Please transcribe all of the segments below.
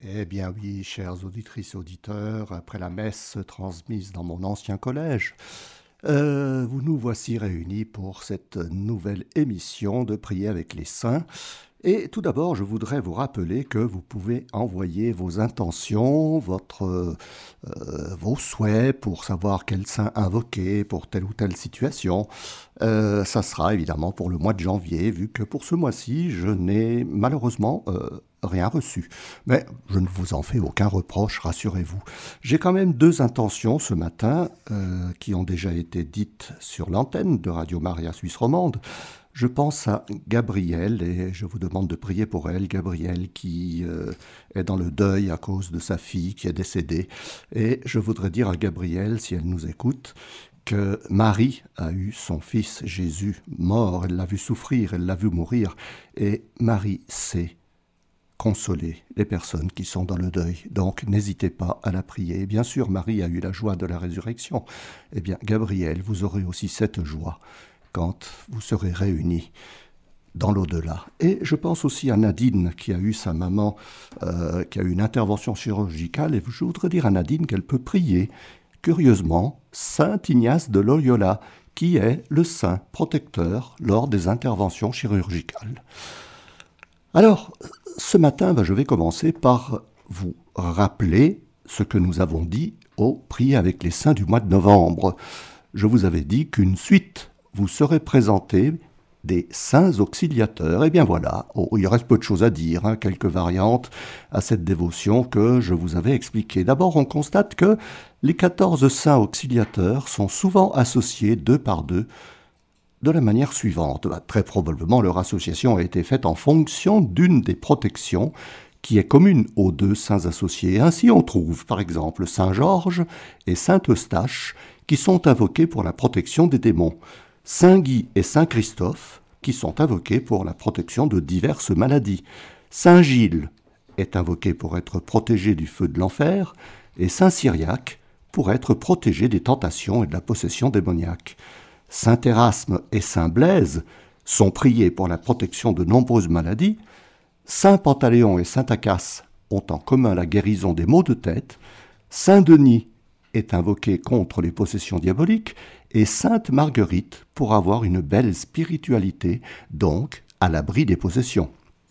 Eh bien oui, chères auditrices et auditeurs, après la messe transmise dans mon ancien collège, vous nous voici réunis pour cette nouvelle émission de Prier avec les saints. Et tout d'abord, je voudrais vous rappeler que vous pouvez envoyer vos intentions, vos souhaits pour savoir quel saint invoquer pour telle ou telle situation. Ça sera évidemment pour le mois de janvier, vu que pour ce mois-ci, je n'ai malheureusement rien reçu. Mais je ne vous en fais aucun reproche, rassurez-vous. J'ai quand même deux intentions ce matin qui ont déjà été dites sur l'antenne de Radio Maria Suisse Romande. Je pense à Gabrielle et je vous demande de prier pour elle, Gabrielle qui est dans le deuil à cause de sa fille qui est décédée. Et je voudrais dire à Gabrielle, si elle nous écoute, que Marie a eu son fils Jésus mort, elle l'a vu souffrir, elle l'a vu mourir, et Marie sait consoler les personnes qui sont dans le deuil. Donc n'hésitez pas à la prier. Et bien sûr, Marie a eu la joie de la résurrection. Eh bien, Gabrielle, vous aurez aussi cette joie quand vous serez réunis dans l'au-delà. Et je pense aussi à Nadine, qui a eu sa maman, qui a eu une intervention chirurgicale, et je voudrais dire à Nadine qu'elle peut prier, curieusement, Saint Ignace de Loyola, qui est le saint protecteur lors des interventions chirurgicales. Alors, ce matin, je vais commencer par vous rappeler ce que nous avons dit au Prier avec les saints du mois de novembre. Je vous avais dit qu'une suite vous serez présenté des saints auxiliateurs. Eh bien voilà, il reste peu de choses à dire, quelques variantes à cette dévotion que je vous avais expliquée. D'abord, on constate que les 14 saints auxiliateurs sont souvent associés deux par deux de la manière suivante. Très probablement, leur association a été faite en fonction d'une des protections qui est commune aux deux saints associés. Ainsi, on trouve par exemple Saint Georges et Saint Eustache qui sont invoqués pour la protection des démons. Saint Guy et Saint Christophe, qui sont invoqués pour la protection de diverses maladies. Saint Gilles est invoqué pour être protégé du feu de l'enfer, et Saint Cyriaque pour être protégé des tentations et de la possession démoniaque. Saint Érasme et Saint Blaise sont priés pour la protection de nombreuses maladies. Saint Pantaléon et Saint Acace ont en commun la guérison des maux de tête. Saint Denis est invoqué contre les possessions diaboliques, et Sainte Marguerite pour avoir une belle spiritualité, donc à l'abri des possessions.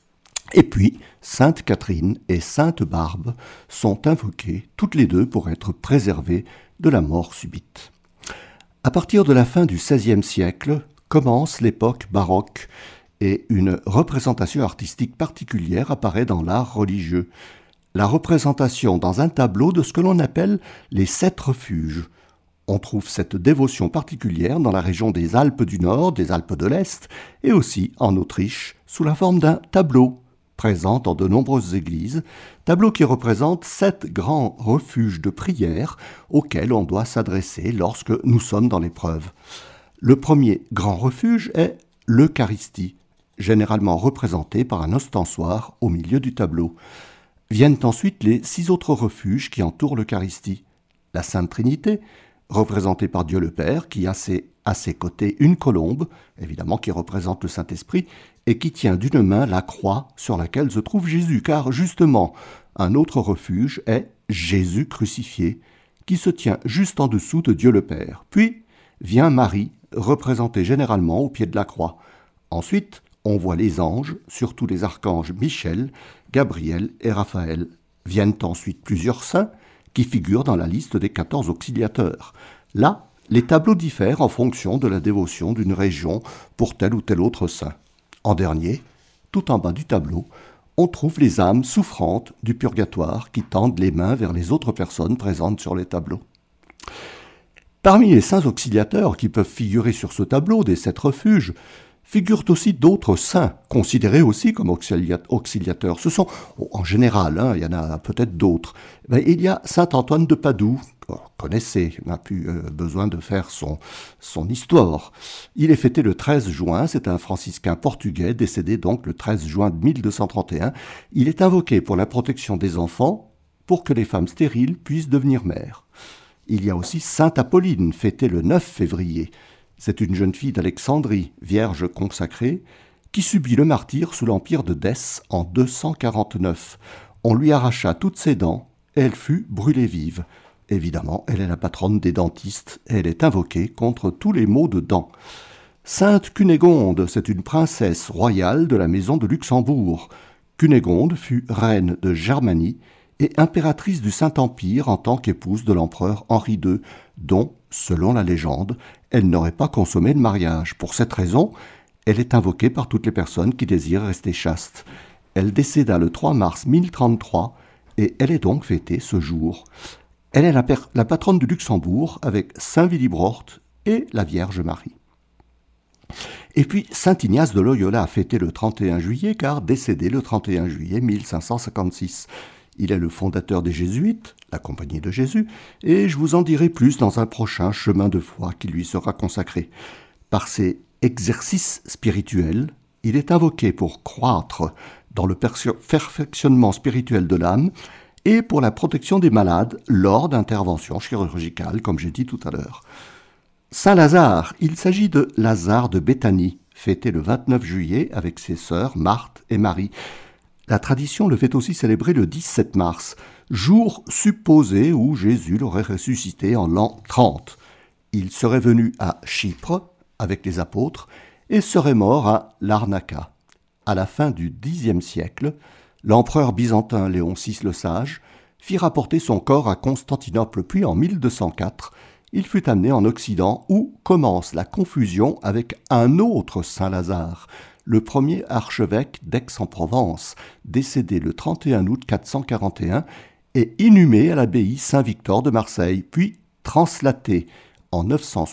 Et puis, Sainte Catherine et Sainte Barbe sont invoquées toutes les deux pour être préservées de la mort subite. À partir de la fin du XVIe siècle, commence l'époque baroque et une représentation artistique particulière apparaît dans l'art religieux. La représentation dans un tableau de ce que l'on appelle les 7 refuges. On trouve cette dévotion particulière dans la région des Alpes du Nord, des Alpes de l'Est, et aussi en Autriche, sous la forme d'un tableau, présent dans de nombreuses églises, tableau qui représente 7 grands refuges de prière auxquels on doit s'adresser lorsque nous sommes dans l'épreuve. Le premier grand refuge est l'Eucharistie, généralement représenté par un ostensoir au milieu du tableau. Viennent ensuite les 6 autres refuges qui entourent l'Eucharistie. La Sainte Trinité, représentée par Dieu le Père, qui a à ses côtés une colombe, évidemment qui représente le Saint-Esprit, et qui tient d'une main la croix sur laquelle se trouve Jésus, car justement, un autre refuge est Jésus crucifié, qui se tient juste en dessous de Dieu le Père. Puis vient Marie, représentée généralement au pied de la croix. Ensuite, on voit les anges, surtout les archanges Michel, Gabriel et Raphaël. Viennent ensuite plusieurs saints qui figurent dans la liste des 14 auxiliateurs. Là, les tableaux diffèrent en fonction de la dévotion d'une région pour tel ou tel autre saint. En dernier, tout en bas du tableau, on trouve les âmes souffrantes du purgatoire qui tendent les mains vers les autres personnes présentes sur les tableaux. Parmi les saints auxiliateurs qui peuvent figurer sur ce tableau des 7 refuges, figurent aussi d'autres saints, considérés aussi comme auxiliateurs. Ce sont, en général, il y en a peut-être d'autres. Il y a saint Antoine de Padoue, vous connaissez, on n'a plus besoin de faire son histoire. Il est fêté le 13 juin, c'est un franciscain portugais, décédé donc le 13 juin 1231. Il est invoqué pour la protection des enfants, pour que les femmes stériles puissent devenir mères. Il y a aussi sainte Apolline, fêtée le 9 février. C'est une jeune fille d'Alexandrie, vierge consacrée, qui subit le martyre sous l'empire de Dèce en 249. On lui arracha toutes ses dents et elle fut brûlée vive. Évidemment, elle est la patronne des dentistes et elle est invoquée contre tous les maux de dents. Sainte Cunégonde, c'est une princesse royale de la maison de Luxembourg. Cunégonde fut reine de Germanie et impératrice du Saint-Empire en tant qu'épouse de l'empereur Henri II, dont, selon la légende, elle n'aurait pas consommé le mariage. Pour cette raison, elle est invoquée par toutes les personnes qui désirent rester chastes. Elle décéda le 3 mars 1033 et elle est donc fêtée ce jour. Elle est la patronne du Luxembourg avec Saint Willibrord et la Vierge Marie. Et puis, saint Ignace de Loyola a fêté le 31 juillet car décédé le 31 juillet 1556. Il est le fondateur des Jésuites, la Compagnie de Jésus, et je vous en dirai plus dans un prochain chemin de foi qui lui sera consacré. Par ses exercices spirituels, il est invoqué pour croître dans le perfectionnement spirituel de l'âme et pour la protection des malades lors d'interventions chirurgicales, comme j'ai dit tout à l'heure. Saint Lazare, il s'agit de Lazare de Béthanie, fêté le 29 juillet avec ses sœurs Marthe et Marie. La tradition le fait aussi célébrer le 17 mars, jour supposé où Jésus l'aurait ressuscité en l'an 30. Il serait venu à Chypre avec les apôtres et serait mort à Larnaca. À la fin du Xe siècle, l'empereur byzantin Léon VI le Sage fit rapporter son corps à Constantinople, puis en 1204, il fut amené en Occident où commence la confusion avec un autre Saint Lazare, le premier archevêque d'Aix-en-Provence, décédé le 31 août 441 et inhumé à l'abbaye Saint-Victor de Marseille, puis translaté en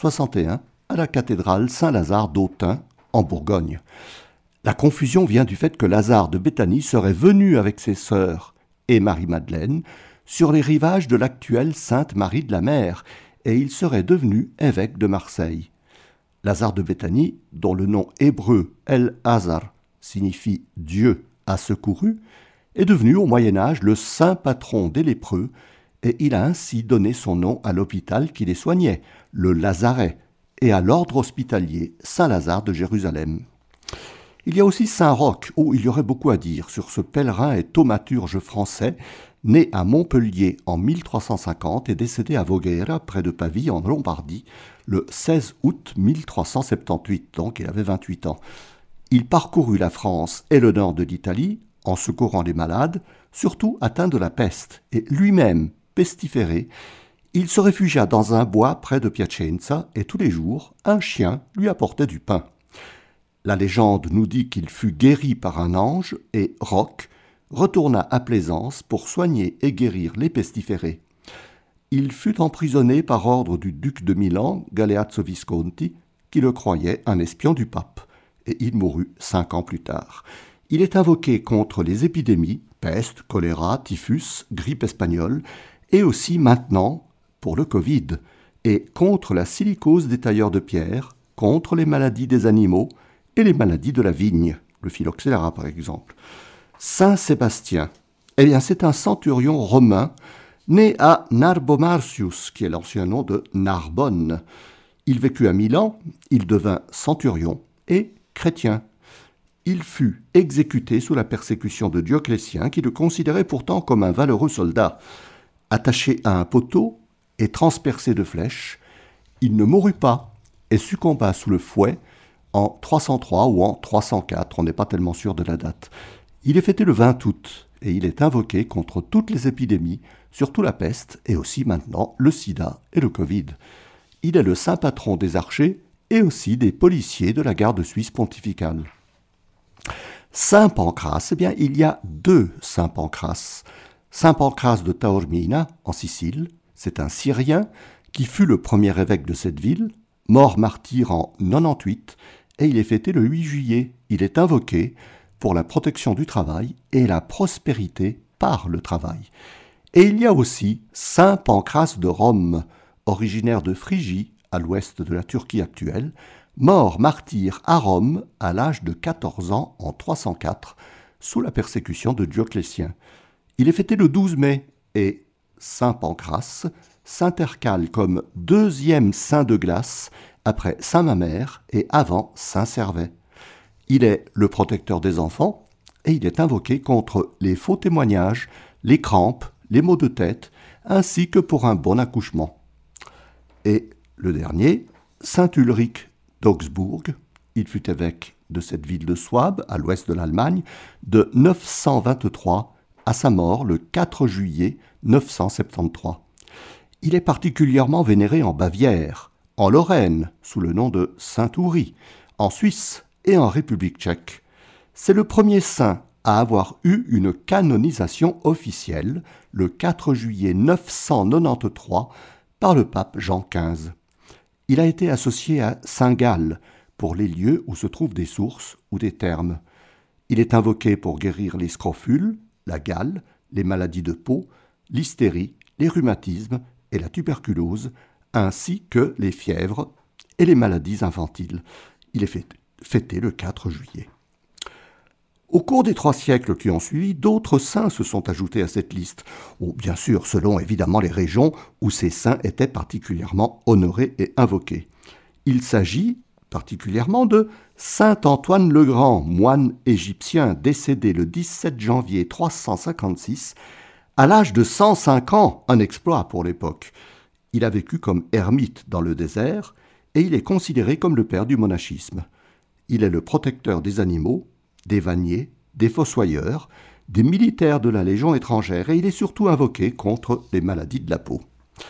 961 à la cathédrale Saint-Lazare d'Autun en Bourgogne. La confusion vient du fait que Lazare de Béthanie serait venu avec ses sœurs et Marie-Madeleine sur les rivages de l'actuelle Sainte-Marie de la Mer, et il serait devenu évêque de Marseille. Lazare de Béthanie, dont le nom hébreu El-Hazar signifie « Dieu a secouru », est devenu au Moyen-Âge le saint patron des lépreux, et il a ainsi donné son nom à l'hôpital qui les soignait, le Lazaret, et à l'ordre hospitalier Saint-Lazare de Jérusalem. Il y a aussi Saint-Roch, où il y aurait beaucoup à dire sur ce pèlerin et thaumaturge français, né à Montpellier en 1350 et décédé à Voghera, près de Pavie, en Lombardie, le 16 août 1378, donc il avait 28 ans. Il parcourut la France et le nord de l'Italie, en secourant les malades, surtout atteints de la peste, et lui-même pestiféré, il se réfugia dans un bois près de Piacenza, et tous les jours, un chien lui apportait du pain. La légende nous dit qu'il fut guéri par un ange, et Roch retourna à Plaisance pour soigner et guérir les pestiférés. Il fut emprisonné par ordre du duc de Milan, Galeazzo Visconti, qui le croyait un espion du pape, et il mourut 5 ans plus tard. Il est invoqué contre les épidémies, peste, choléra, typhus, grippe espagnole, et aussi maintenant pour le Covid, et contre la silicose des tailleurs de pierre, contre les maladies des animaux et les maladies de la vigne, le phylloxéra par exemple. Saint Sébastien, eh bien c'est un centurion romain né à Narbomarcius, qui est l'ancien nom de Narbonne. Il vécut à Milan, il devint centurion et chrétien. Il fut exécuté sous la persécution de Dioclétien, qui le considérait pourtant comme un valeureux soldat. Attaché à un poteau et transpercé de flèches, il ne mourut pas et succomba sous le fouet en 303 ou en 304, on n'est pas tellement sûr de la date. Il est fêté le 20 août et il est invoqué contre toutes les épidémies, surtout la peste et aussi maintenant le sida et le Covid. Il est le saint patron des archers et aussi des policiers de la garde suisse pontificale. Saint Pancrace, eh bien il y a 2 saint Pancrace. Saint Pancrace de Taormina, en Sicile, c'est un Syrien qui fut le premier évêque de cette ville, mort martyr en 98, et il est fêté le 8 juillet. Il est invoqué pour la protection du travail et la prospérité par le travail. Et il y a aussi Saint Pancrace de Rome, originaire de Phrygie, à l'ouest de la Turquie actuelle, mort martyr à Rome à l'âge de 14 ans en 304, sous la persécution de Dioclétien. Il est fêté le 12 mai et Saint Pancrace s'intercale comme 2e saint de glace après Saint Mamère et avant Saint Servais. Il est le protecteur des enfants et il est invoqué contre les faux témoignages, les crampes, les maux de tête, ainsi que pour un bon accouchement. Et le dernier, saint Ulrich d'Augsbourg, il fut évêque de cette ville de Souabe, à l'ouest de l'Allemagne, de 923 à sa mort le 4 juillet 973. Il est particulièrement vénéré en Bavière, en Lorraine, sous le nom de saint Ouri, en Suisse et en République tchèque. C'est le premier saint à avoir eu une canonisation officielle le 4 juillet 993 par le pape Jean XV. Il a été associé à saint Gall pour les lieux où se trouvent des sources ou des thermes. Il est invoqué pour guérir les scrofules, la gale, les maladies de peau, l'hystérie, les rhumatismes et la tuberculose, ainsi que les fièvres et les maladies infantiles. Il est fêté le 4 juillet. Au cours des 3 siècles qui ont suivi, d'autres saints se sont ajoutés à cette liste, bien sûr selon évidemment les régions où ces saints étaient particulièrement honorés et invoqués. Il s'agit particulièrement de saint Antoine le Grand, moine égyptien décédé le 17 janvier 356, à l'âge de 105 ans, un exploit pour l'époque. Il a vécu comme ermite dans le désert et il est considéré comme le père du monachisme. Il est le protecteur des animaux, des vanniers, des fossoyeurs, des militaires de la Légion étrangère et il est surtout invoqué contre les maladies de la peau.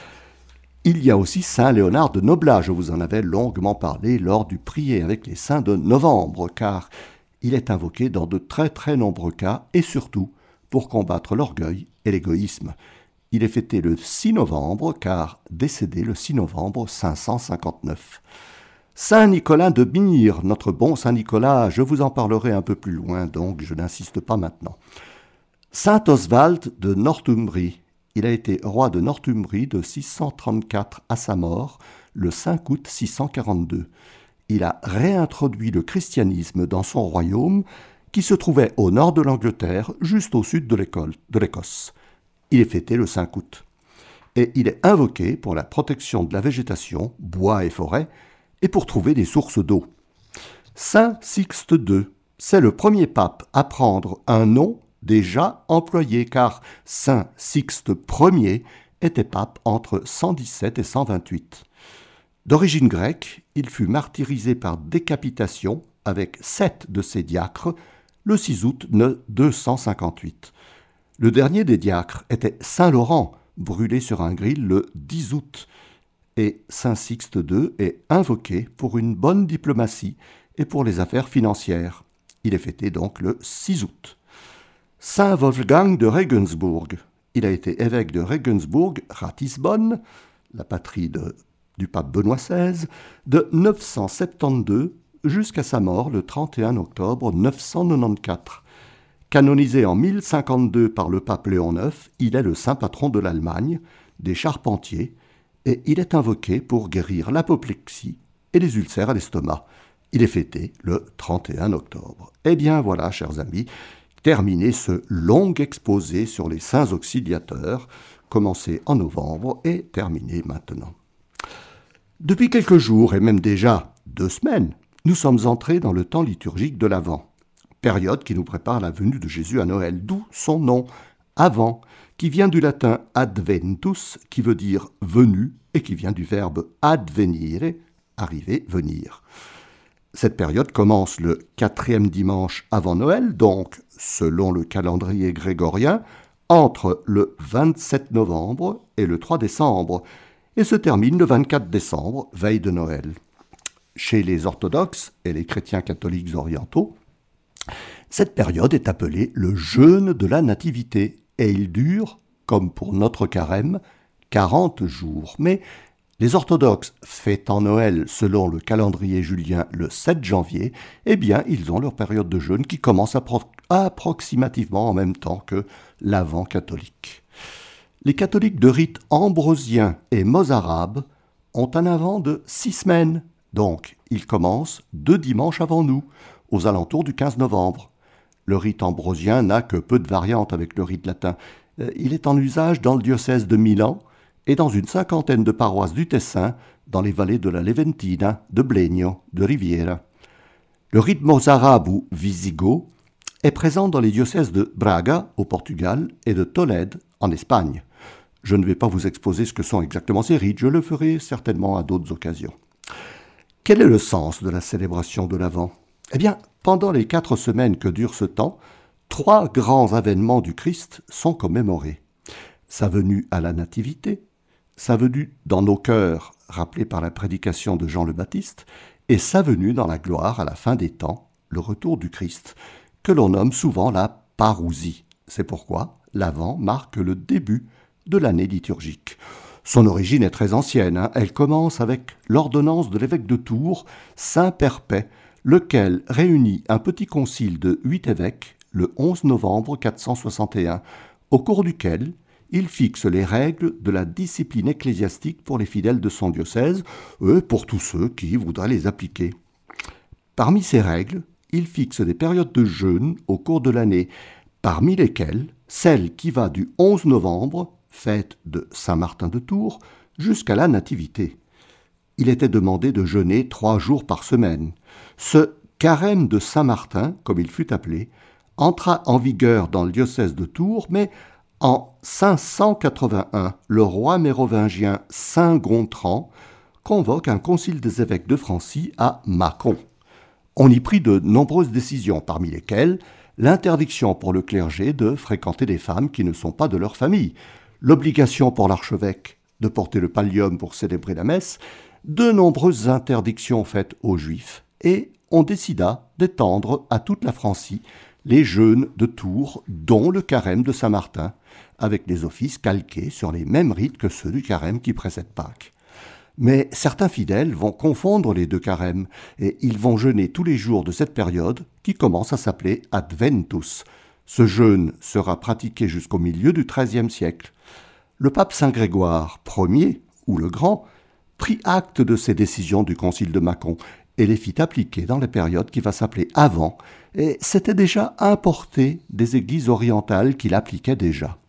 Il y a aussi saint Léonard de Noblat, je vous en avais longuement parlé lors du prier avec les saints de novembre, car il est invoqué dans de très très nombreux cas et surtout pour combattre l'orgueil et l'égoïsme. Il est fêté le 6 novembre car décédé le 6 novembre 559. Saint Nicolas de Myre, notre bon Saint Nicolas, je vous en parlerai un peu plus loin, donc je n'insiste pas maintenant. Saint Oswald de Northumbrie, il a été roi de Northumbrie de 634 à sa mort, le 5 août 642. Il a réintroduit le christianisme dans son royaume, qui se trouvait au nord de l'Angleterre, juste au sud de l'Écosse. Il est fêté le 5 août. Et il est invoqué pour la protection de la végétation, bois et forêts, et pour trouver des sources d'eau. Saint Sixte II, c'est le premier pape à prendre un nom déjà employé, car Saint Sixte Ier était pape entre 117 et 128. D'origine grecque, il fut martyrisé par décapitation avec 7 de ses diacres le 6 août 258. Le dernier des diacres était Saint Laurent, brûlé sur un gril le 10 août. Et Saint Sixte II est invoqué pour une bonne diplomatie et pour les affaires financières. Il est fêté donc le 6 août. Saint Wolfgang de Regensburg. Il a été évêque de Regensburg, Ratisbonne, la patrie du pape Benoît XVI, de 972 jusqu'à sa mort le 31 octobre 994. Canonisé en 1052 par le pape Léon IX, il est le saint patron de l'Allemagne, des charpentiers, et il est invoqué pour guérir l'apoplexie et les ulcères à l'estomac. Il est fêté le 31 octobre. Eh bien voilà, chers amis, terminé ce long exposé sur les saints auxiliateurs, commencé en novembre et terminé maintenant. Depuis quelques jours, et même déjà 2 semaines, nous sommes entrés dans le temps liturgique de l'Avent, période qui nous prépare la venue de Jésus à Noël, d'où son nom, Avant, qui vient du latin adventus, qui veut dire venu, et qui vient du verbe advenire, arriver, venir. Cette période commence le 4e dimanche avant Noël, donc, selon le calendrier grégorien, entre le 27 novembre et le 3 décembre, et se termine le 24 décembre, veille de Noël. Chez les orthodoxes et les chrétiens catholiques orientaux, cette période est appelée le jeûne de la Nativité, et il dure, comme pour notre carême, 40 jours. Mais les orthodoxes fêtant Noël selon le calendrier julien le 7 janvier, eh bien, ils ont leur période de jeûne qui commence approximativement en même temps que l'Avent catholique. Les catholiques de rite ambrosien et mozarabe ont un Avent de 6 semaines, donc ils commencent 2 dimanches avant nous, aux alentours du 15 novembre. Le rite ambrosien n'a que peu de variantes avec le rite latin. Il est en usage dans le diocèse de Milan et dans une 50aine de paroisses du Tessin, dans les vallées de la Leventina, de Blegno, de Riviera. Le rite mozarabe ou wisigoth est présente dans les diocèses de Braga, au Portugal, et de Tolède, en Espagne. Je ne vais pas vous exposer ce que sont exactement ces rites, je le ferai certainement à d'autres occasions. Quel est le sens de la célébration de l'Avent ? Eh bien, pendant les 4 semaines que dure ce temps, 3 grands avènements du Christ sont commémorés. Sa venue à la Nativité, sa venue dans nos cœurs, rappelée par la prédication de Jean le Baptiste, et sa venue dans la gloire à la fin des temps, le retour du Christ, que l'on nomme souvent la parousie. C'est pourquoi l'Avent marque le début de l'année liturgique. Son origine est très ancienne, Elle commence avec l'ordonnance de l'évêque de Tours, Saint Perpet, lequel réunit un petit concile de 8 évêques le 11 novembre 461, au cours duquel il fixe les règles de la discipline ecclésiastique pour les fidèles de son diocèse et pour tous ceux qui voudraient les appliquer. Parmi ces règles, il fixe des périodes de jeûne au cours de l'année, parmi lesquelles celle qui va du 11 novembre, fête de Saint-Martin de Tours, jusqu'à la Nativité. Il était demandé de jeûner 3 jours par semaine. Ce carême de Saint-Martin, comme il fut appelé, entra en vigueur dans le diocèse de Tours, mais en 581, le roi mérovingien Saint Gontran convoque un concile des évêques de Francie à Mâcon. On y prit de nombreuses décisions, parmi lesquelles l'interdiction pour le clergé de fréquenter des femmes qui ne sont pas de leur famille, l'obligation pour l'archevêque de porter le pallium pour célébrer la messe, de nombreuses interdictions faites aux Juifs, et on décida d'étendre à toute la Francie les jeûnes de Tours, dont le carême de Saint-Martin, avec les offices calqués sur les mêmes rites que ceux du carême qui précède Pâques. Mais certains fidèles vont confondre les 2 carèmes, et ils vont jeûner tous les jours de cette période qui commence à s'appeler Adventus. Ce jeûne sera pratiqué jusqu'au milieu du XIIIe siècle. Le pape Saint Grégoire Ier, ou le Grand, prit acte de ces décisions du concile de Mâcon et les fit appliquer dans la période qui va s'appeler Avant, et c'était déjà importé des églises orientales qui l'appliquaient déjà.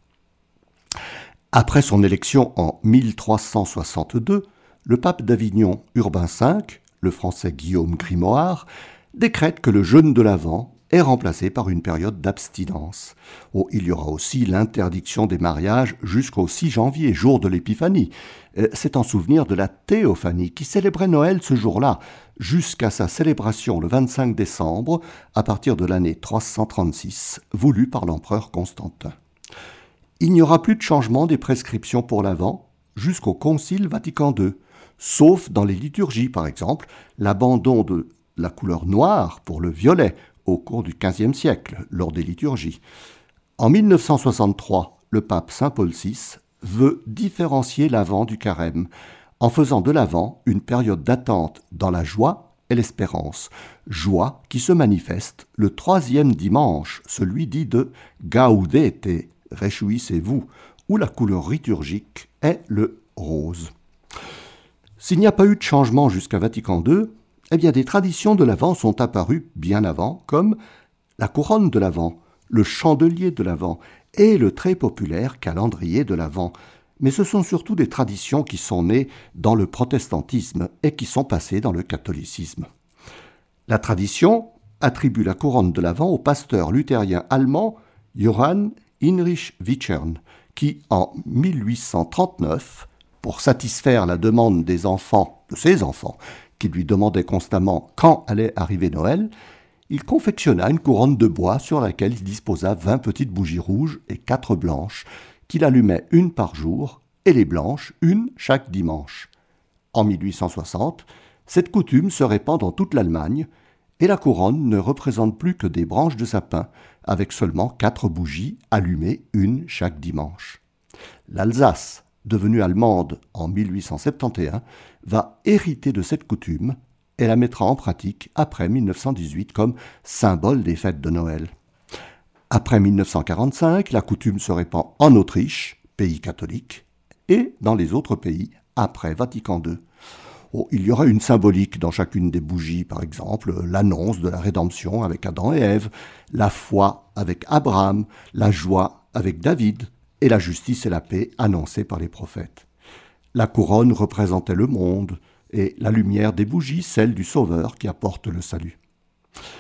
Après son élection en 1362, le pape d'Avignon Urbain V, le français Guillaume Grimoire, décrète que le jeûne de l'Avent est remplacé par une période d'abstinence. Il y aura aussi l'interdiction des mariages jusqu'au 6 janvier, jour de l'Épiphanie. C'est en souvenir de la Théophanie qui célébrait Noël ce jour-là, jusqu'à sa célébration le 25 décembre, à partir de l'année 336, voulue par l'empereur Constantin. Il n'y aura plus de changement des prescriptions pour l'Avent jusqu'au Concile Vatican II, sauf dans les liturgies, par exemple, l'abandon de la couleur noire pour le violet au cours du XVe siècle, lors des liturgies. En 1963, le pape Saint Paul VI veut différencier l'Avent du carême, en faisant de l'Avent une période d'attente dans la joie et l'espérance, joie qui se manifeste le 3e dimanche, celui dit de Gaudete, réjouissez-vous, où la couleur liturgique est le rose. S'il n'y a pas eu de changement jusqu'à Vatican II, eh bien des traditions de l'Avent sont apparues bien avant, comme la couronne de l'Avent, le chandelier de l'Avent et le très populaire calendrier de l'Avent. Mais ce sont surtout des traditions qui sont nées dans le protestantisme et qui sont passées dans le catholicisme. La tradition attribue la couronne de l'Avent au pasteur luthérien allemand Johann Heinrich Wichern, qui, en 1839, pour satisfaire la demande des enfants, de ses enfants, qui lui demandaient constamment quand allait arriver Noël, il confectionna une couronne de bois sur laquelle il disposa 20 petites bougies rouges et 4 blanches, qu'il allumait une par jour, et les blanches, une chaque dimanche. En 1860, cette coutume se répand dans toute l'Allemagne, et la couronne ne représente plus que des branches de sapin, avec seulement 4 bougies allumées, une chaque dimanche. L'Alsace, devenue allemande en 1871, va hériter de cette coutume et la mettra en pratique après 1918 comme symbole des fêtes de Noël. Après 1945, la coutume se répand en Autriche, pays catholique, et dans les autres pays après Vatican II. Il y aura une symbolique dans chacune des bougies, par exemple l'annonce de la rédemption avec Adam et Ève, la foi avec Abraham, la joie avec David, et la justice et la paix annoncées par les prophètes. La couronne représentait le monde, et la lumière des bougies, celle du Sauveur qui apporte le salut.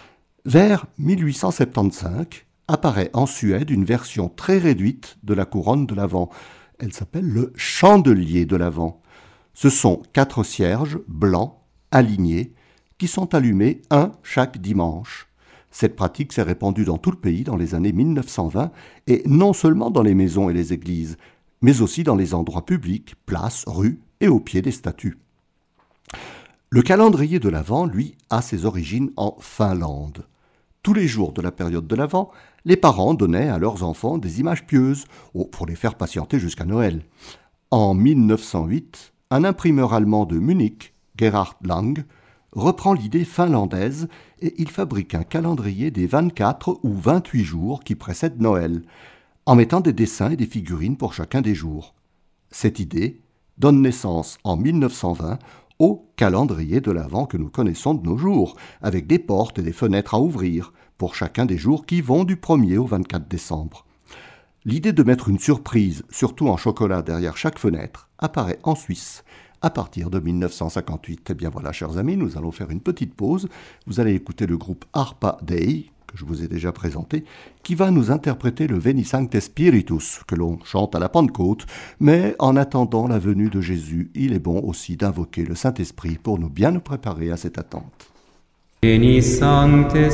Vers 1875, apparaît en Suède une version très réduite de la couronne de l'Avent. Elle s'appelle le chandelier de l'Avent. Ce sont 4 cierges blancs, alignés, qui sont allumés un chaque dimanche. Cette pratique s'est répandue dans tout le pays dans les années 1920, et non seulement dans les maisons et les églises, mais aussi dans les endroits publics, places, rues et au pied des statues. Le calendrier de l'Avent, lui, a ses origines en Finlande. Tous les jours de la période de l'Avent, les parents donnaient à leurs enfants des images pieuses, pour les faire patienter jusqu'à Noël. En 1908, un imprimeur allemand de Munich, Gerhard Lang, reprend l'idée finlandaise et il fabrique un calendrier des 24 ou 28 jours qui précèdent Noël, en mettant des dessins et des figurines pour chacun des jours. Cette idée donne naissance en 1920 au calendrier de l'Avent que nous connaissons de nos jours, avec des portes et des fenêtres à ouvrir pour chacun des jours qui vont du 1er au 24 décembre. L'idée de mettre une surprise, surtout en chocolat derrière chaque fenêtre, apparaît en Suisse à partir de 1958. Eh bien voilà, chers amis, nous allons faire une petite pause. Vous allez écouter le groupe Harpa Dei, que je vous ai déjà présenté, qui va nous interpréter le Veni Sancte Spiritus, que l'on chante à la Pentecôte. Mais en attendant la venue de Jésus, il est bon aussi d'invoquer le Saint-Esprit pour nous bien nous préparer à cette attente. Veni Sancte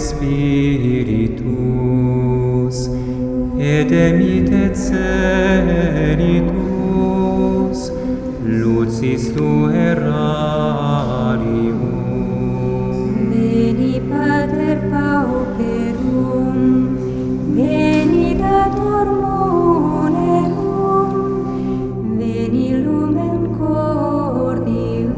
Spiritus, et emitet celitus, lucis tu errarium. Veni Pater pauperum, veni dator munerum, veni lumen cordium.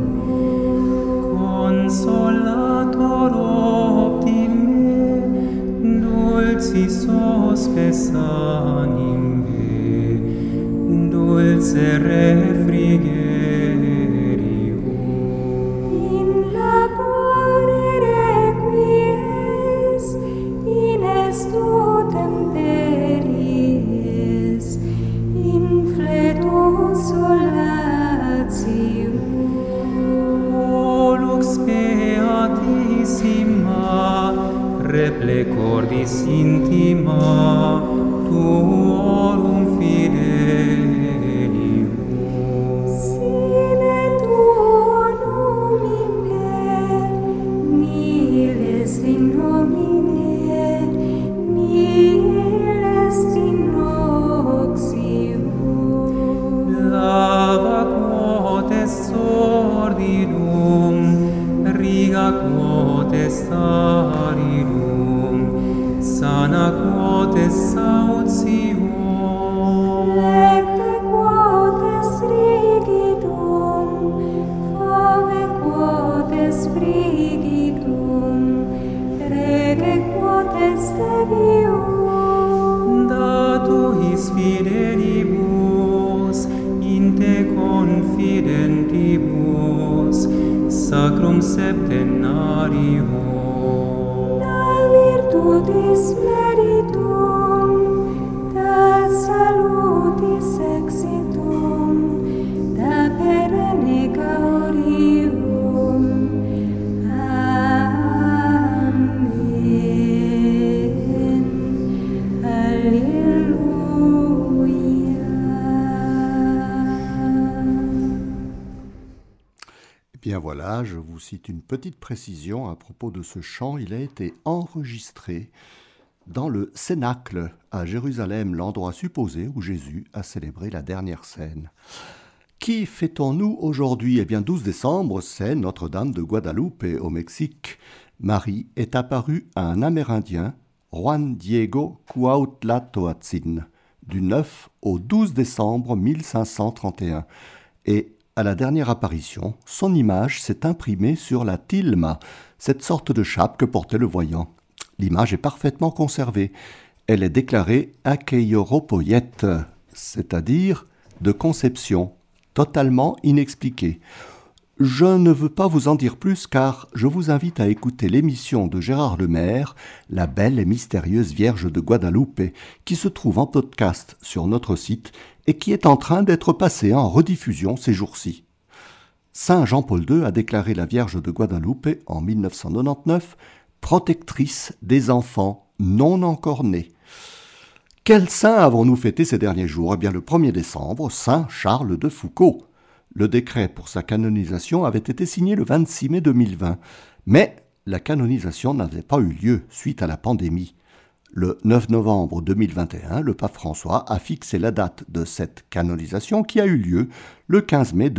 Consolator optime, dulcis hospes anime, dulce refrigerium. In labore requies, in estu temperies, in fletu solatium. O lux beatissima, reple cordis intima, tuorum fidelium. Sine tuo nomine, nil est in nomine, nil est in oxium. Lava quotes sordidum, riga quotes aridum, sana quotes sautium. Lecte quotes frigidum, fame quotes frigidum, rege quotes tebium. Datuis fidelibus, in te confidentibus, sacrum septenarium. Da virtutis meritum, da salutis exitum, da perenne gaurium. Amen. Alléluia. Eh bien voilà, je vous cite une petite précision à propos de ce chant. Il a été enregistré dans le Cénacle à Jérusalem, l'endroit supposé où Jésus a célébré la dernière scène. Qui fêtons-nous aujourd'hui? Eh bien, 12 décembre, c'est Notre-Dame de Guadalupe au Mexique. Marie est apparue à un Amérindien, Juan Diego Cuautlatlaotzin, du 9 au 12 décembre 1531. Et à la dernière apparition, son image s'est imprimée sur la tilma, cette sorte de chape que portait le voyant. L'image est parfaitement conservée. Elle est déclarée akeioropoiet, c'est-à-dire de conception, totalement inexpliquée. Je ne veux pas vous en dire plus car je vous invite à écouter l'émission de Gérard Lemaire, La belle et mystérieuse Vierge de Guadalupe, qui se trouve en podcast sur notre site et qui est en train d'être passée en rediffusion ces jours-ci. Saint Jean-Paul II a déclaré la Vierge de Guadalupe en 1999 protectrice des enfants non encore nés. Quel saint avons-nous fêté ces derniers jours ? Eh bien, le 1er décembre, Saint Charles de Foucault. Le décret pour sa canonisation avait été signé le 26 mai 2020, mais la canonisation n'avait pas eu lieu suite à la pandémie. Le 9 novembre 2021, le pape François a fixé la date de cette canonisation qui a eu lieu le 15 mai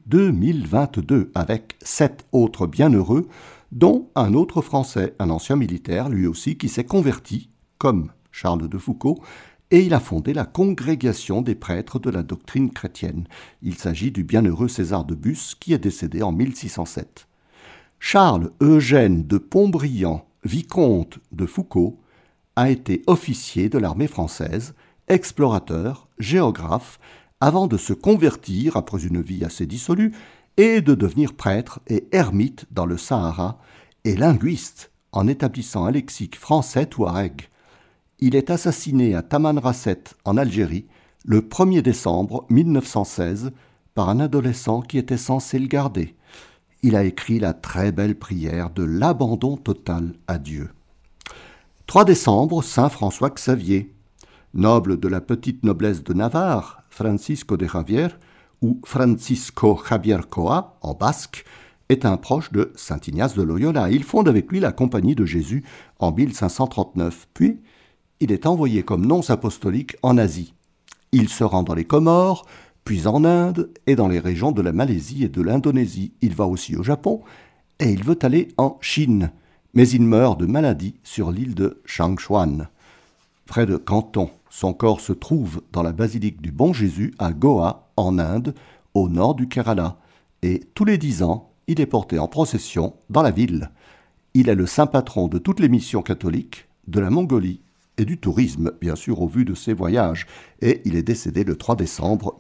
2022 avec 7 autres bienheureux, dont un autre Français, un ancien militaire, lui aussi, qui s'est converti, comme Charles de Foucault, et il a fondé la Congrégation des prêtres de la doctrine chrétienne. Il s'agit du bienheureux César de Bus, qui est décédé en 1607. Charles Eugène de Pontbriand, vicomte de Foucault, a été officier de l'armée française, explorateur, géographe, avant de se convertir après une vie assez dissolue et de devenir prêtre et ermite dans le Sahara et linguiste en établissant un lexique français touareg. Il est assassiné à Tamanrasset en Algérie le 1er décembre 1916 par un adolescent qui était censé le garder. Il a écrit la très belle prière de l'abandon total à Dieu. 3 décembre, Saint François Xavier. Noble de la petite noblesse de Navarre, Francisco de Javier, ou Francisco Javier Coa, en basque, est un proche de Saint Ignace de Loyola. Il fonde avec lui la Compagnie de Jésus en 1539. Puis, il est envoyé comme nonce apostolique en Asie. Il se rend dans les Comores, puis en Inde et dans les régions de la Malaisie et de l'Indonésie. Il va aussi au Japon et il veut aller en Chine. Mais il meurt de maladie sur l'île de Changchuan. Près de Canton, son corps se trouve dans la basilique du Bon Jésus à Goa, en Inde, au nord du Kerala. Et tous les 10 ans, il est porté en procession dans la ville. Il est le saint patron de toutes les missions catholiques, de la Mongolie et du tourisme, bien sûr au vu de ses voyages. Et il est décédé le 3 décembre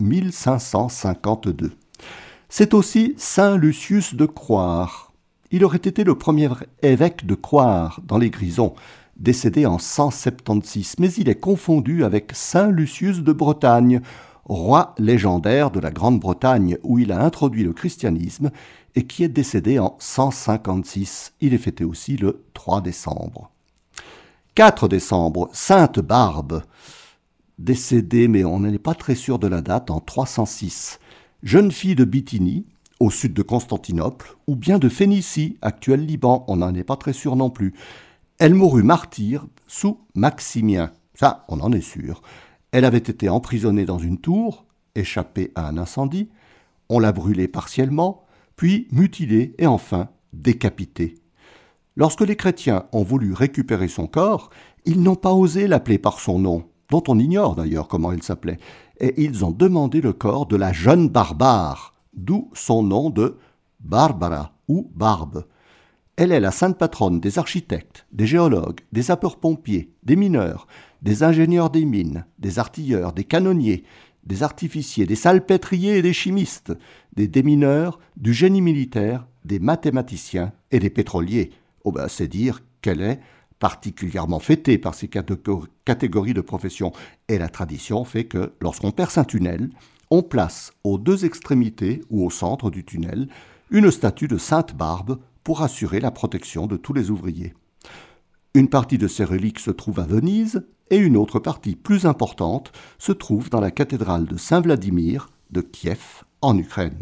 1552. C'est aussi saint Lucius de Croire. Il aurait été le premier évêque de Coire, dans les Grisons, décédé en 176, mais il est confondu avec Saint Lucius de Bretagne, roi légendaire de la Grande-Bretagne, où il a introduit le christianisme et qui est décédé en 156. Il est fêté aussi le 3 décembre. 4 décembre, Sainte Barbe, décédée, mais on n'est pas très sûr de la date, en 306. Jeune fille de Bithynie, au sud de Constantinople, ou bien de Phénicie, actuel Liban, on n'en est pas très sûr non plus. Elle mourut martyre sous Maximien, ça on en est sûr. Elle avait été emprisonnée dans une tour, échappée à un incendie, on l'a brûlée partiellement, puis mutilée et enfin décapitée. Lorsque les chrétiens ont voulu récupérer son corps, ils n'ont pas osé l'appeler par son nom, dont on ignore d'ailleurs comment il s'appelait, et ils ont demandé le corps de la jeune barbare, d'où son nom de Barbara ou Barbe. Elle est la sainte patronne des architectes, des géologues, des sapeurs-pompiers, des mineurs, des ingénieurs des mines, des artilleurs, des canonniers, des artificiers, des salpêtriers et des chimistes, des démineurs, du génie militaire, des mathématiciens et des pétroliers. C'est dire qu'elle est particulièrement fêtée par ces catégories de professions. Et la tradition fait que lorsqu'on perce un tunnel, on place aux 2 extrémités ou au centre du tunnel une statue de Sainte Barbe pour assurer la protection de tous les ouvriers. Une partie de ces reliques se trouve à Venise et une autre partie plus importante se trouve dans la cathédrale de Saint-Vladimir de Kiev en Ukraine.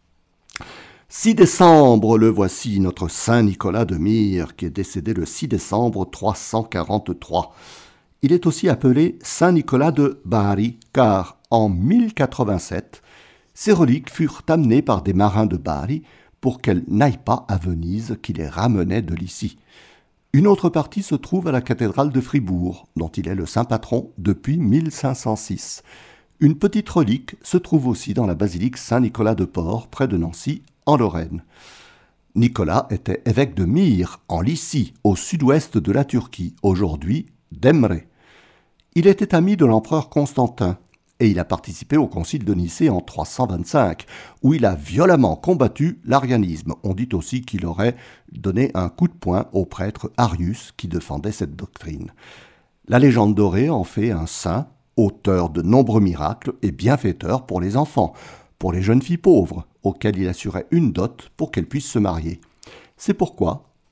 6 décembre, le voici, notre Saint Nicolas de Myre qui est décédé le 6 décembre 343. Il est aussi appelé Saint Nicolas de Bari car en 1087, ces reliques furent amenées par des marins de Bari pour qu'elles n'aillent pas à Venise qui les ramenait de Lycie. Une autre partie se trouve à la cathédrale de Fribourg, dont il est le saint patron depuis 1506. Une petite relique se trouve aussi dans la basilique Saint-Nicolas de Port, près de Nancy, en Lorraine. Nicolas était évêque de Myre, en Lycie, au sud-ouest de la Turquie, aujourd'hui d'Emre. Il était ami de l'empereur Constantin, et il a participé au concile de Nicée en 325, où il a violemment combattu l'arianisme. On dit aussi qu'il aurait donné un coup de poing au prêtre Arius qui défendait cette doctrine. La légende dorée en fait un saint, auteur de nombreux miracles et bienfaiteur pour les enfants, pour les jeunes filles pauvres, auxquelles il assurait une dot pour qu'elles puissent se marier. C'est pourquoi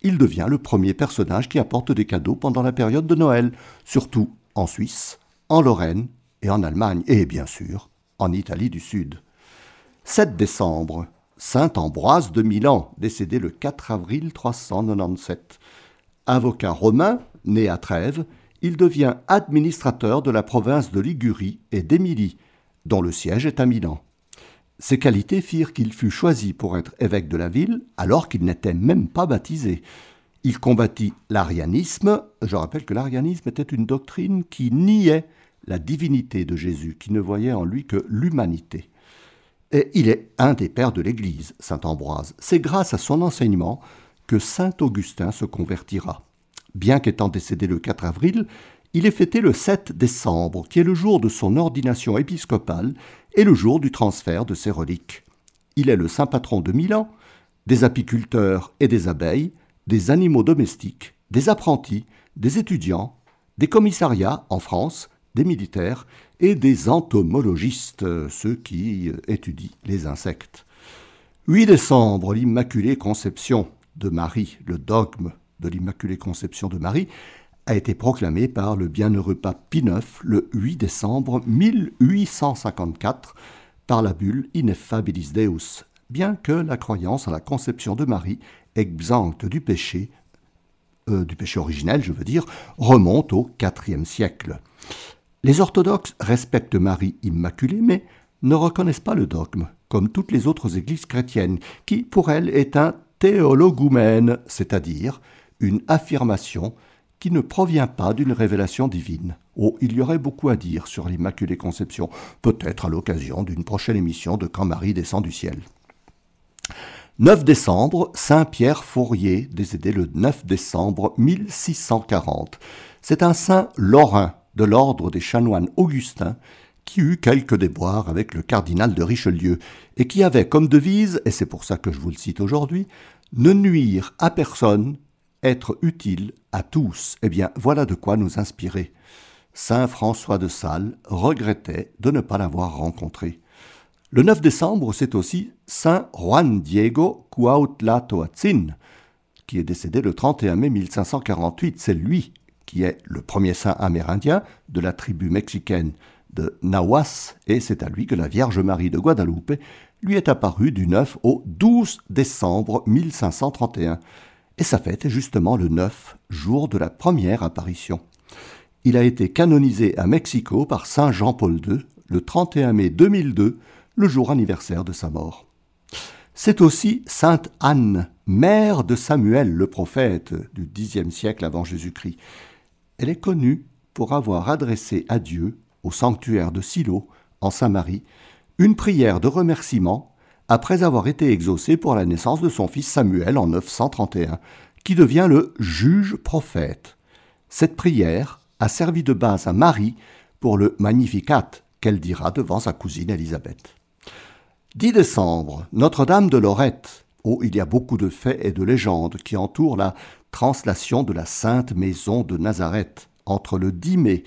il devient le premier personnage qui apporte des cadeaux pendant la période de Noël, surtout en Suisse, en Lorraine et en Allemagne, et bien sûr en Italie du Sud. 7 décembre, Saint Ambroise de Milan, décédé le 4 avril 397. Avocat romain, né à Trèves, il devient administrateur de la province de Ligurie et d'Émilie, dont le siège est à Milan. Ses qualités firent qu'il fut choisi pour être évêque de la ville, alors qu'il n'était même pas baptisé. Il combattit l'arianisme. Je rappelle que l'arianisme était une doctrine qui niait la divinité de Jésus, qui ne voyait en lui que l'humanité. Et il est un des pères de l'Église, saint Ambroise. C'est grâce à son enseignement que saint Augustin se convertira. Bien qu'étant décédé le 4 avril, il est fêté le 7 décembre, qui est le jour de son ordination épiscopale et le jour du transfert de ses reliques. Il est le saint patron de Milan, des apiculteurs et des abeilles, des animaux domestiques, des apprentis, des étudiants, des commissariats en France, des militaires et des entomologistes, ceux qui étudient les insectes. 8 décembre, l'Immaculée Conception de Marie, le dogme de l'Immaculée Conception de Marie, a été proclamé par le bienheureux pape Pie IX le 8 décembre 1854 par la bulle Ineffabilis Deus, bien que la croyance à la conception de Marie, exempte du péché originel, remonte au IVe siècle. Les orthodoxes respectent Marie Immaculée, mais ne reconnaissent pas le dogme, comme toutes les autres églises chrétiennes, qui, pour elles, est un théologoumène, c'est-à-dire une affirmation qui ne provient pas d'une révélation divine. Oh, il y aurait beaucoup à dire sur l'Immaculée Conception, peut-être à l'occasion d'une prochaine émission de Quand Marie descend du ciel. 9 décembre, Saint Pierre Fourier, décédé le 9 décembre 1640. C'est un saint lorrain de l'ordre des chanoines augustins qui eut quelques déboires avec le cardinal de Richelieu et qui avait comme devise, et c'est pour ça que je vous le cite aujourd'hui, « Ne nuire à personne, être utile à tous ». Eh bien, voilà de quoi nous inspirer. Saint François de Sales regrettait de ne pas l'avoir rencontré. Le 9 décembre, c'est aussi Saint Juan Diego Cuautla-Toatzin, qui est décédé le 31 mai 1548. C'est lui qui est le premier saint amérindien de la tribu mexicaine de Nahuas, et c'est à lui que la Vierge Marie de Guadalupe lui est apparue du 9 au 12 décembre 1531. Et sa fête est justement le 9, jour de la première apparition. Il a été canonisé à Mexico par Saint Jean-Paul II le 31 mai 2002, le jour anniversaire de sa mort. C'est aussi Sainte Anne, mère de Samuel le prophète du Xe siècle avant Jésus-Christ. Elle est connue pour avoir adressé à Dieu, au sanctuaire de Silo, en Samarie, une prière de remerciement après avoir été exaucée pour la naissance de son fils Samuel en 931, qui devient le juge prophète. Cette prière a servi de base à Marie pour le Magnificat qu'elle dira devant sa cousine Élisabeth. 10 décembre, Notre-Dame de Lorette. Oh, il y a beaucoup de faits et de légendes qui entourent la translation de la Sainte Maison de Nazareth entre le 10 mai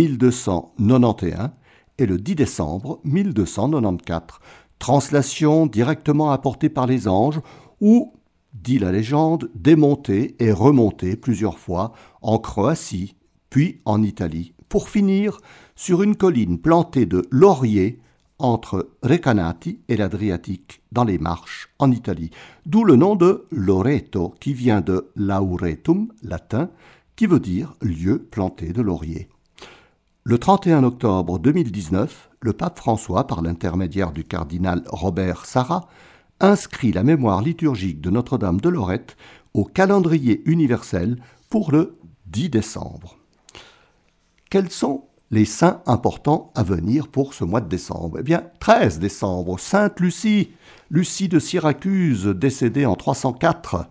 1291 et le 10 décembre 1294. Translation directement apportée par les anges ou, dit la légende, démontée et remontée plusieurs fois en Croatie, puis en Italie, pour finir sur une colline plantée de lauriers entre Recanati et l'Adriatique, dans les Marches, en Italie, d'où le nom de Loreto, qui vient de lauretum, latin, qui veut dire lieu planté de lauriers. Le 31 octobre 2019, le pape François, par l'intermédiaire du cardinal Robert Sarrat, inscrit la mémoire liturgique de Notre-Dame de Lorette au calendrier universel pour le 10 décembre. Quels sont les saints importants à venir pour ce mois de décembre? Eh bien, 13 décembre, Sainte Lucie, Lucie de Syracuse, décédée en 304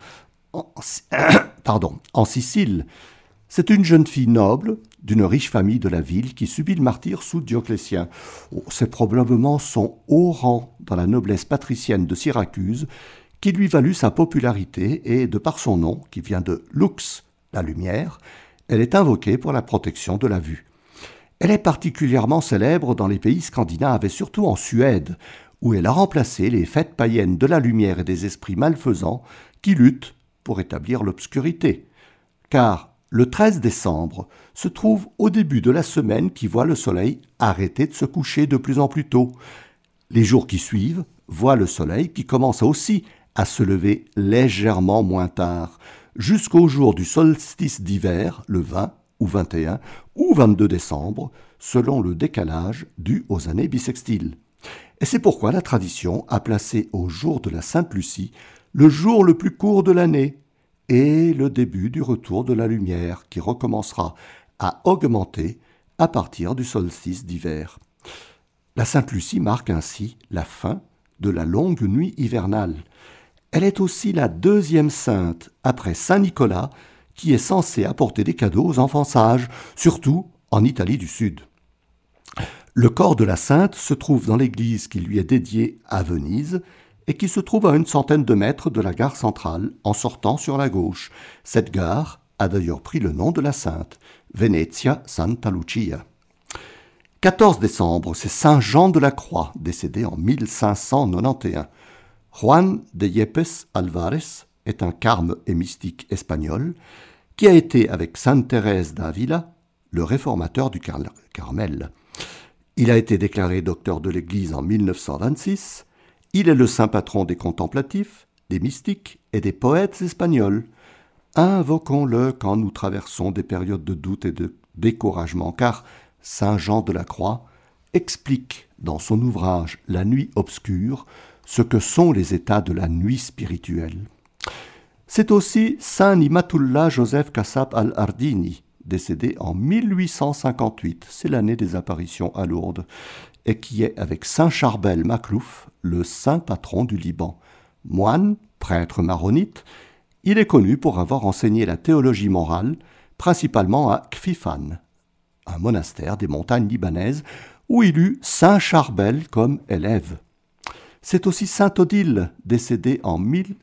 en Sicile. C'est une jeune fille noble d'une riche famille de la ville qui subit le martyre sous Dioclétien. Oh, c'est probablement son haut rang dans la noblesse patricienne de Syracuse qui lui valut sa popularité et, de par son nom, qui vient de lux, la lumière, elle est invoquée pour la protection de la vue. Elle est particulièrement célèbre dans les pays scandinaves et surtout en Suède, où elle a remplacé les fêtes païennes de la lumière et des esprits malfaisants qui luttent pour établir l'obscurité, car le 13 décembre se trouve au début de la semaine qui voit le soleil arrêter de se coucher de plus en plus tôt. Les jours qui suivent voient le soleil qui commence aussi à se lever légèrement moins tard, jusqu'au jour du solstice d'hiver, le 20 ou 21 ou 22 décembre, selon le décalage dû aux années bissextiles. Et c'est pourquoi la tradition a placé au jour de la Sainte Lucie le jour le plus court de l'année et le début du retour de la lumière qui recommencera à augmenter à partir du solstice d'hiver. La Sainte Lucie marque ainsi la fin de la longue nuit hivernale. Elle est aussi la deuxième sainte après Saint Nicolas qui est censée apporter des cadeaux aux enfants sages, surtout en Italie du Sud. Le corps de la sainte se trouve dans l'église qui lui est dédiée à Venise et qui se trouve à une centaine de mètres de la gare centrale en sortant sur la gauche. Cette gare a d'ailleurs pris le nom de la sainte, Venezia Santa Lucia. 14 décembre, c'est Saint Jean de la Croix, décédé en 1591. Juan de Yepes Alvarez est un carme et mystique espagnol qui a été, avec Sainte Thérèse d'Avila, le réformateur du Carmel. Il a été déclaré docteur de l'Église en 1926. Il est le saint patron des contemplatifs, des mystiques et des poètes espagnols. Invoquons-le quand nous traversons des périodes de doute et de découragement, car Saint Jean de la Croix explique dans son ouvrage « La nuit obscure » ce que sont les états de la nuit spirituelle. C'est aussi Saint Nimatullah Joseph Kassab al-Ardini, décédé en 1858, c'est l'année des apparitions à Lourdes, et qui est, avec Saint Charbel Maklouf, le saint patron du Liban. Moine, prêtre maronite, il est connu pour avoir enseigné la théologie morale, principalement à Kfifan, un monastère des montagnes libanaises, où il eut Saint Charbel comme élève. C'est aussi Saint Odile, décédé en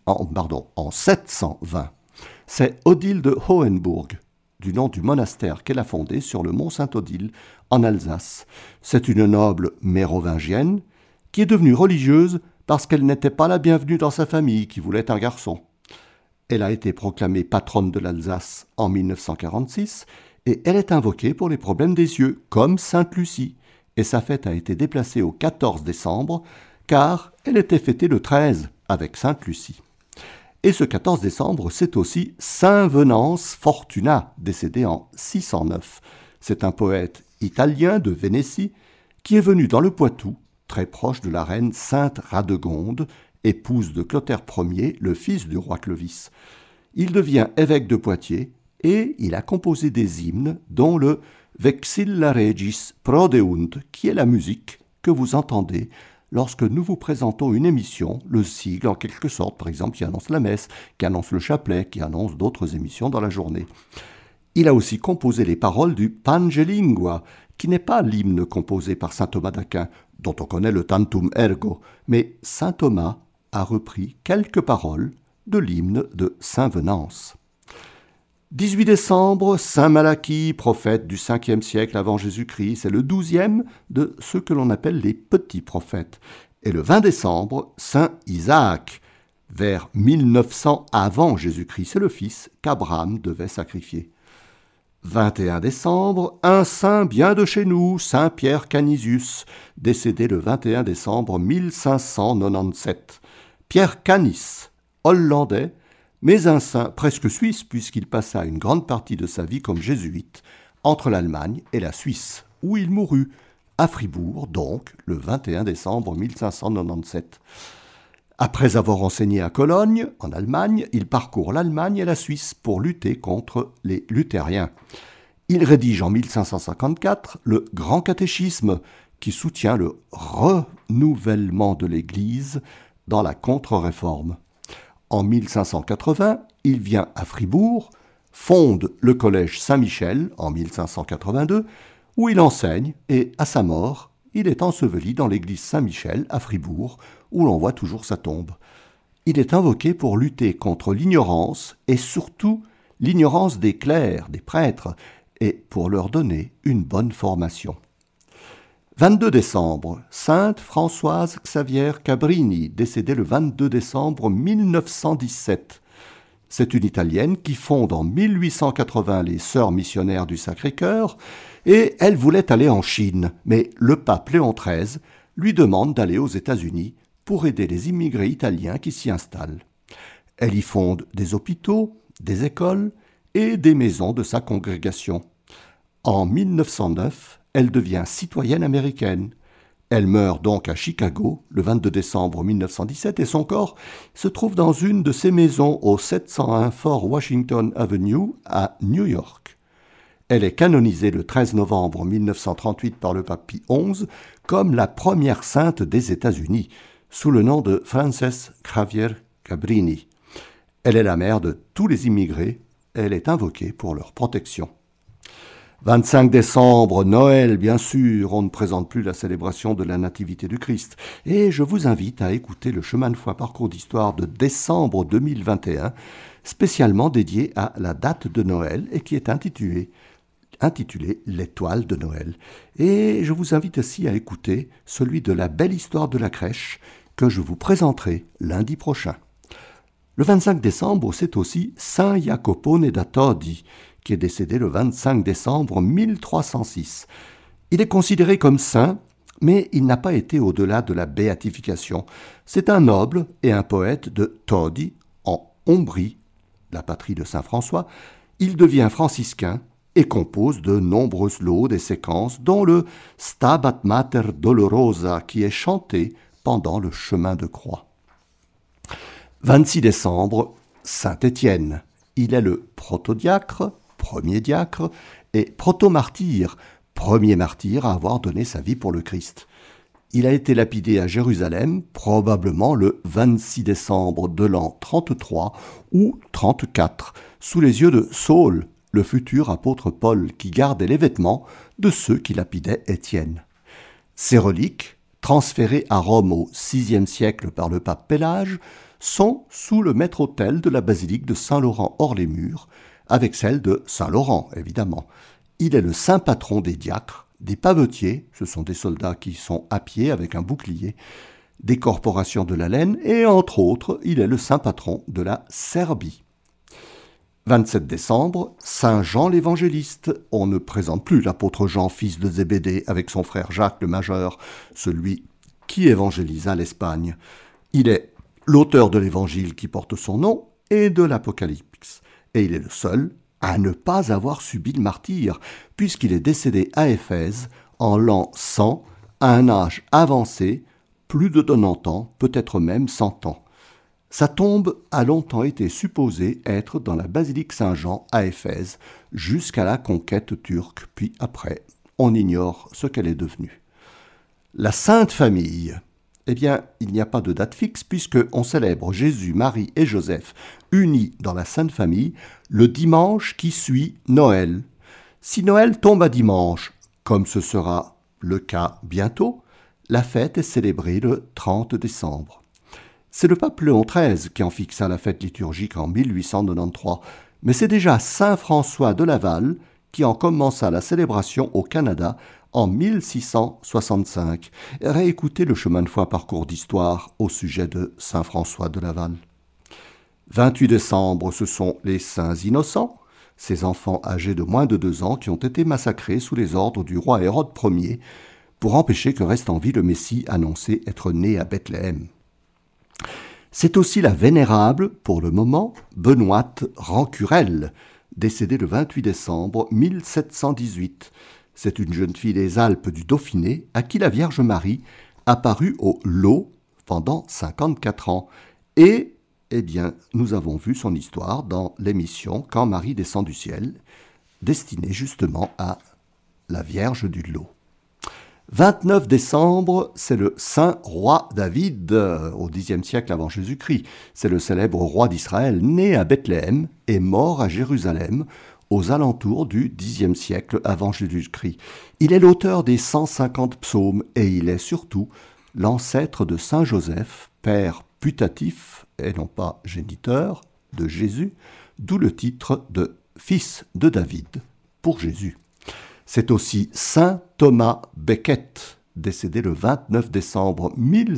720. C'est Odile de Hohenburg, du nom du monastère qu'elle a fondé sur le mont Saint-Odile, en Alsace. C'est une noble mérovingienne qui est devenue religieuse parce qu'elle n'était pas la bienvenue dans sa famille qui voulait un garçon. Elle a été proclamée patronne de l'Alsace en 1946 et elle est invoquée pour les problèmes des yeux, comme Sainte Lucie. Et sa fête a été déplacée au 14 décembre car elle était fêtée le 13 avec Sainte Lucie. Et ce 14 décembre, c'est aussi Saint Venance Fortuna, décédé en 609. C'est un poète italien de Vénétie qui est venu dans le Poitou, très proche de la reine Sainte Radegonde, épouse de Clotaire Ier, le fils du roi Clovis. Il devient évêque de Poitiers et il a composé des hymnes, dont le Vexilla Regis Prodeunt, qui est la musique que vous entendez lorsque nous vous présentons une émission, le sigle en quelque sorte, par exemple, qui annonce la messe, qui annonce le chapelet, qui annonce d'autres émissions dans la journée. Il a aussi composé les paroles du Pange Lingua, qui n'est pas l'hymne composé par saint Thomas d'Aquin, dont on connaît le Tantum Ergo, mais saint Thomas a repris quelques paroles de l'hymne de Saint Venance. 18 décembre, Saint Malachie, prophète du 5e siècle avant Jésus-Christ, c'est le 12e de ceux que l'on appelle les petits prophètes. Et le 20 décembre, Saint Isaac, vers 1900 avant Jésus-Christ, c'est le fils qu'Abraham devait sacrifier. 21 décembre, un saint bien de chez nous, Saint Pierre Canisius, décédé le 21 décembre 1597. Pierre Canis, hollandais, mais un saint presque suisse puisqu'il passa une grande partie de sa vie comme jésuite entre l'Allemagne et la Suisse, où il mourut à Fribourg, donc le 21 décembre 1597. Après avoir enseigné à Cologne, en Allemagne, il parcourt l'Allemagne et la Suisse pour lutter contre les luthériens. Il rédige en 1554 le Grand Catéchisme qui soutient le renouvellement de l'Église dans la contre-réforme. En 1580, il vient à Fribourg, fonde le collège Saint-Michel en 1582, où il enseigne et, à sa mort, il est enseveli dans l'église Saint-Michel à Fribourg, où l'on voit toujours sa tombe. Il est invoqué pour lutter contre l'ignorance et surtout l'ignorance des clercs, des prêtres, et pour leur donner une bonne formation. 22 décembre, Sainte Françoise Xavière Cabrini, décédée le 22 décembre 1917. C'est une Italienne qui fonde en 1880 les Sœurs missionnaires du Sacré-Cœur et elle voulait aller en Chine, mais le pape Léon XIII lui demande d'aller aux États-Unis pour aider les immigrés italiens qui s'y installent. Elle y fonde des hôpitaux, des écoles et des maisons de sa congrégation. En 1909, elle devient citoyenne américaine. Elle meurt donc à Chicago le 22 décembre 1917 et son corps se trouve dans une de ses maisons au 701 Fort Washington Avenue à New York. Elle est canonisée le 13 novembre 1938 par le pape Pie XI comme la première sainte des États-Unis, sous le nom de Frances Xavier Cabrini. Elle est la mère de tous les immigrés. Elle est invoquée pour leur protection. 25 décembre, Noël, bien sûr, on ne présente plus la célébration de la Nativité du Christ. Et je vous invite à écouter le chemin de foi parcours d'histoire de décembre 2021, spécialement dédié à la date de Noël et qui est intitulé L'étoile de Noël. Et je vous invite aussi à écouter celui de la belle histoire de la crèche que je vous présenterai lundi prochain. Le 25 décembre, c'est aussi Saint Jacopone da Todi, qui est décédé le 25 décembre 1306. Il est considéré comme saint, mais il n'a pas été au-delà de la béatification. C'est un noble et un poète de Todi, en Ombrie, la patrie de saint François. Il devient franciscain et compose de nombreuses laudes et séquences, dont le Stabat Mater Dolorosa, qui est chanté pendant le chemin de croix. 26 décembre, Saint Étienne. Il est le protodiacre, premier diacre, et protomartyr, premier martyr à avoir donné sa vie pour le Christ. Il a été lapidé à Jérusalem, probablement le 26 décembre de l'an 33 ou 34, sous les yeux de Saul, le futur apôtre Paul, qui gardait les vêtements de ceux qui lapidaient Étienne. Ses reliques, transférées à Rome au VIe siècle par le pape Pélage, sont sous le maître-autel de la basilique de Saint-Laurent hors les murs, avec celle de Saint-Laurent, évidemment. Il est le saint patron des diacres, des pavetiers, ce sont des soldats qui sont à pied avec un bouclier, des corporations de la laine, et entre autres, il est le saint patron de la Serbie. 27 décembre, Saint Jean l'Évangéliste. On ne présente plus l'apôtre Jean, fils de Zébédée, avec son frère Jacques le Majeur, celui qui évangélisa l'Espagne. Il est l'auteur de l'Évangile qui porte son nom et de l'Apocalypse. Et il est le seul à ne pas avoir subi le martyre, puisqu'il est décédé à Éphèse en l'an 100, à un âge avancé, plus de 90 ans, peut-être même 100 ans. Sa tombe a longtemps été supposée être dans la basilique Saint-Jean à Éphèse, jusqu'à la conquête turque, puis après, on ignore ce qu'elle est devenue. La Sainte Famille. Eh bien, il n'y a pas de date fixe puisqu'on célèbre Jésus, Marie et Joseph unis dans la Sainte Famille le dimanche qui suit Noël. Si Noël tombe à dimanche, comme ce sera le cas bientôt, la fête est célébrée le 30 décembre. C'est le pape Léon XIII qui en fixa la fête liturgique en 1893, mais c'est déjà Saint François de Laval qui en commença la célébration au Canada en 1665. Réécoutez le chemin de foi parcours d'histoire au sujet de Saint François de Laval. 28 décembre, ce sont les Saints Innocents, ces enfants âgés de moins de 2 ans qui ont été massacrés sous les ordres du roi Hérode Ier pour empêcher que reste en vie le Messie annoncé être né à Bethléem. C'est aussi la vénérable, pour le moment, Benoîte Rancurel, décédée le 28 décembre 1718. C'est une jeune fille des Alpes du Dauphiné à qui la Vierge Marie apparut au Lot pendant 54 ans. Et, eh bien, nous avons vu son histoire dans l'émission « Quand Marie descend du ciel », destinée justement à la Vierge du Lot. 29 décembre, c'est le Saint Roi David, au Xe siècle avant Jésus-Christ. C'est le célèbre roi d'Israël, né à Bethléem et mort à Jérusalem, aux alentours du Xe siècle avant Jésus-Christ. Il est l'auteur des 150 psaumes et il est surtout l'ancêtre de Saint Joseph, père putatif et non pas géniteur de Jésus, d'où le titre de fils de David pour Jésus. C'est aussi Saint Thomas Becket, décédé le 29 décembre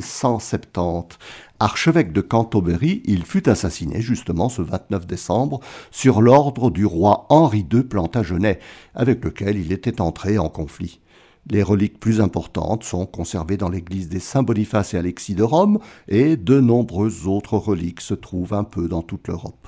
1170. Archevêque de Cantorbéry, il fut assassiné justement ce 29 décembre sur l'ordre du roi Henri II Plantagenet, avec lequel il était entré en conflit. Les reliques plus importantes sont conservées dans l'église des Saint-Boniface et Alexis de Rome, et de nombreuses autres reliques se trouvent un peu dans toute l'Europe.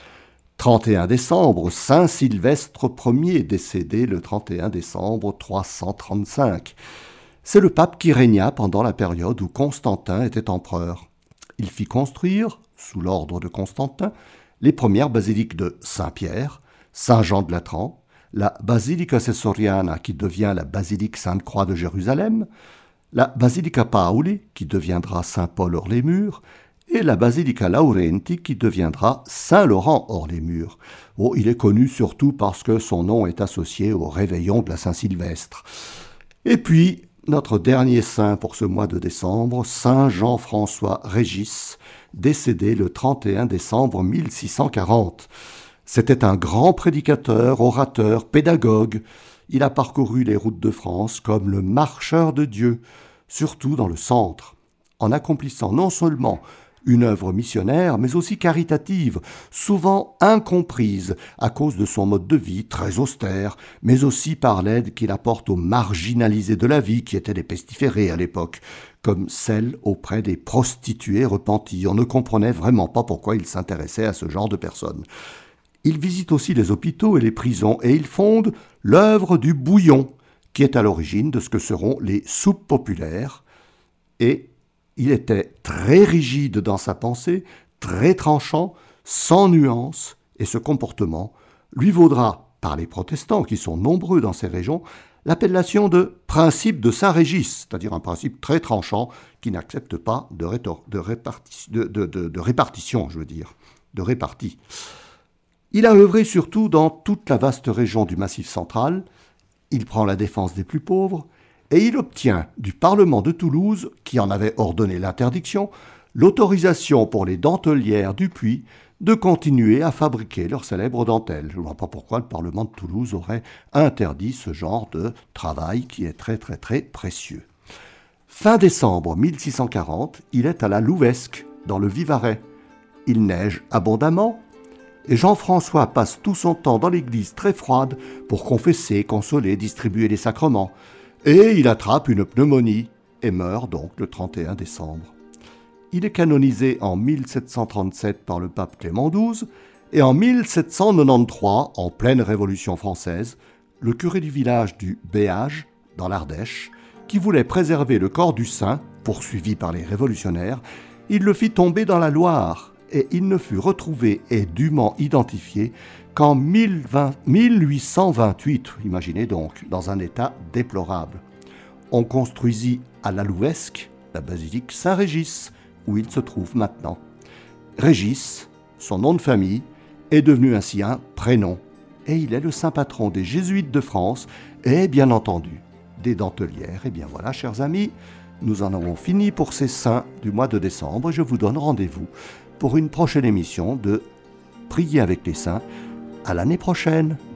31 décembre, Saint Sylvestre Ier, décédé le 31 décembre 335. C'est le pape qui régna pendant la période où Constantin était empereur. Il fit construire, sous l'ordre de Constantin, les premières basiliques de Saint-Pierre, Saint-Jean de Latran, la Basilica Sessoriana qui devient la basilique Sainte-Croix de Jérusalem, la Basilica Pauli qui deviendra Saint-Paul hors les murs, et la Basilica Laurenti qui deviendra Saint-Laurent hors les murs. Oh, il est connu surtout parce que son nom est associé au réveillon de la Saint-Sylvestre. Et puis, notre dernier saint pour ce mois de décembre, Saint Jean-François Régis, décédé le 31 décembre 1640. C'était un grand prédicateur, orateur, pédagogue. Il a parcouru les routes de France comme le marcheur de Dieu, surtout dans le centre, en accomplissant non seulement une œuvre missionnaire, mais aussi caritative, souvent incomprise à cause de son mode de vie très austère, mais aussi par l'aide qu'il apporte aux marginalisés de la vie, qui étaient des pestiférés à l'époque, comme celle auprès des prostituées repenties. On ne comprenait vraiment pas pourquoi il s'intéressait à ce genre de personnes. Il visite aussi les hôpitaux et les prisons, et il fonde l'œuvre du bouillon, qui est à l'origine de ce que seront les soupes populaires, et il était très rigide dans sa pensée, très tranchant, sans nuance, et ce comportement lui vaudra, par les protestants qui sont nombreux dans ces régions, l'appellation de principe de Saint-Régis, c'est-à-dire un principe très tranchant qui n'accepte pas de répartition, de répartie. Il a œuvré surtout dans toute la vaste région du Massif central, il prend la défense des plus pauvres, et il obtient du Parlement de Toulouse, qui en avait ordonné l'interdiction, l'autorisation pour les dentelières du Puy de continuer à fabriquer leurs célèbres dentelles. Je ne vois pas pourquoi le Parlement de Toulouse aurait interdit ce genre de travail qui est très très très précieux. Fin décembre 1640, il est à la Louvesque, dans le Vivarais. Il neige abondamment, et Jean-François passe tout son temps dans l'église très froide pour confesser, consoler, distribuer les sacrements. Et il attrape une pneumonie et meurt donc le 31 décembre. Il est canonisé en 1737 par le pape Clément XII et en 1793, en pleine Révolution française, le curé du village du Béage, dans l'Ardèche, qui voulait préserver le corps du saint, poursuivi par les révolutionnaires, il le fit tomber dans la Loire et il ne fut retrouvé et dûment identifié qu'en 1828, imaginez donc, dans un état déplorable. On construisit à la Louvesque la basilique Saint-Régis, où il se trouve maintenant. Régis, son nom de famille, est devenu ainsi un prénom, et il est le saint patron des jésuites de France et, bien entendu, des dentelières. Et bien voilà, chers amis, nous en avons fini pour ces saints du mois de décembre, et je vous donne rendez-vous pour une prochaine émission de Prier avec les saints. À l'année prochaine.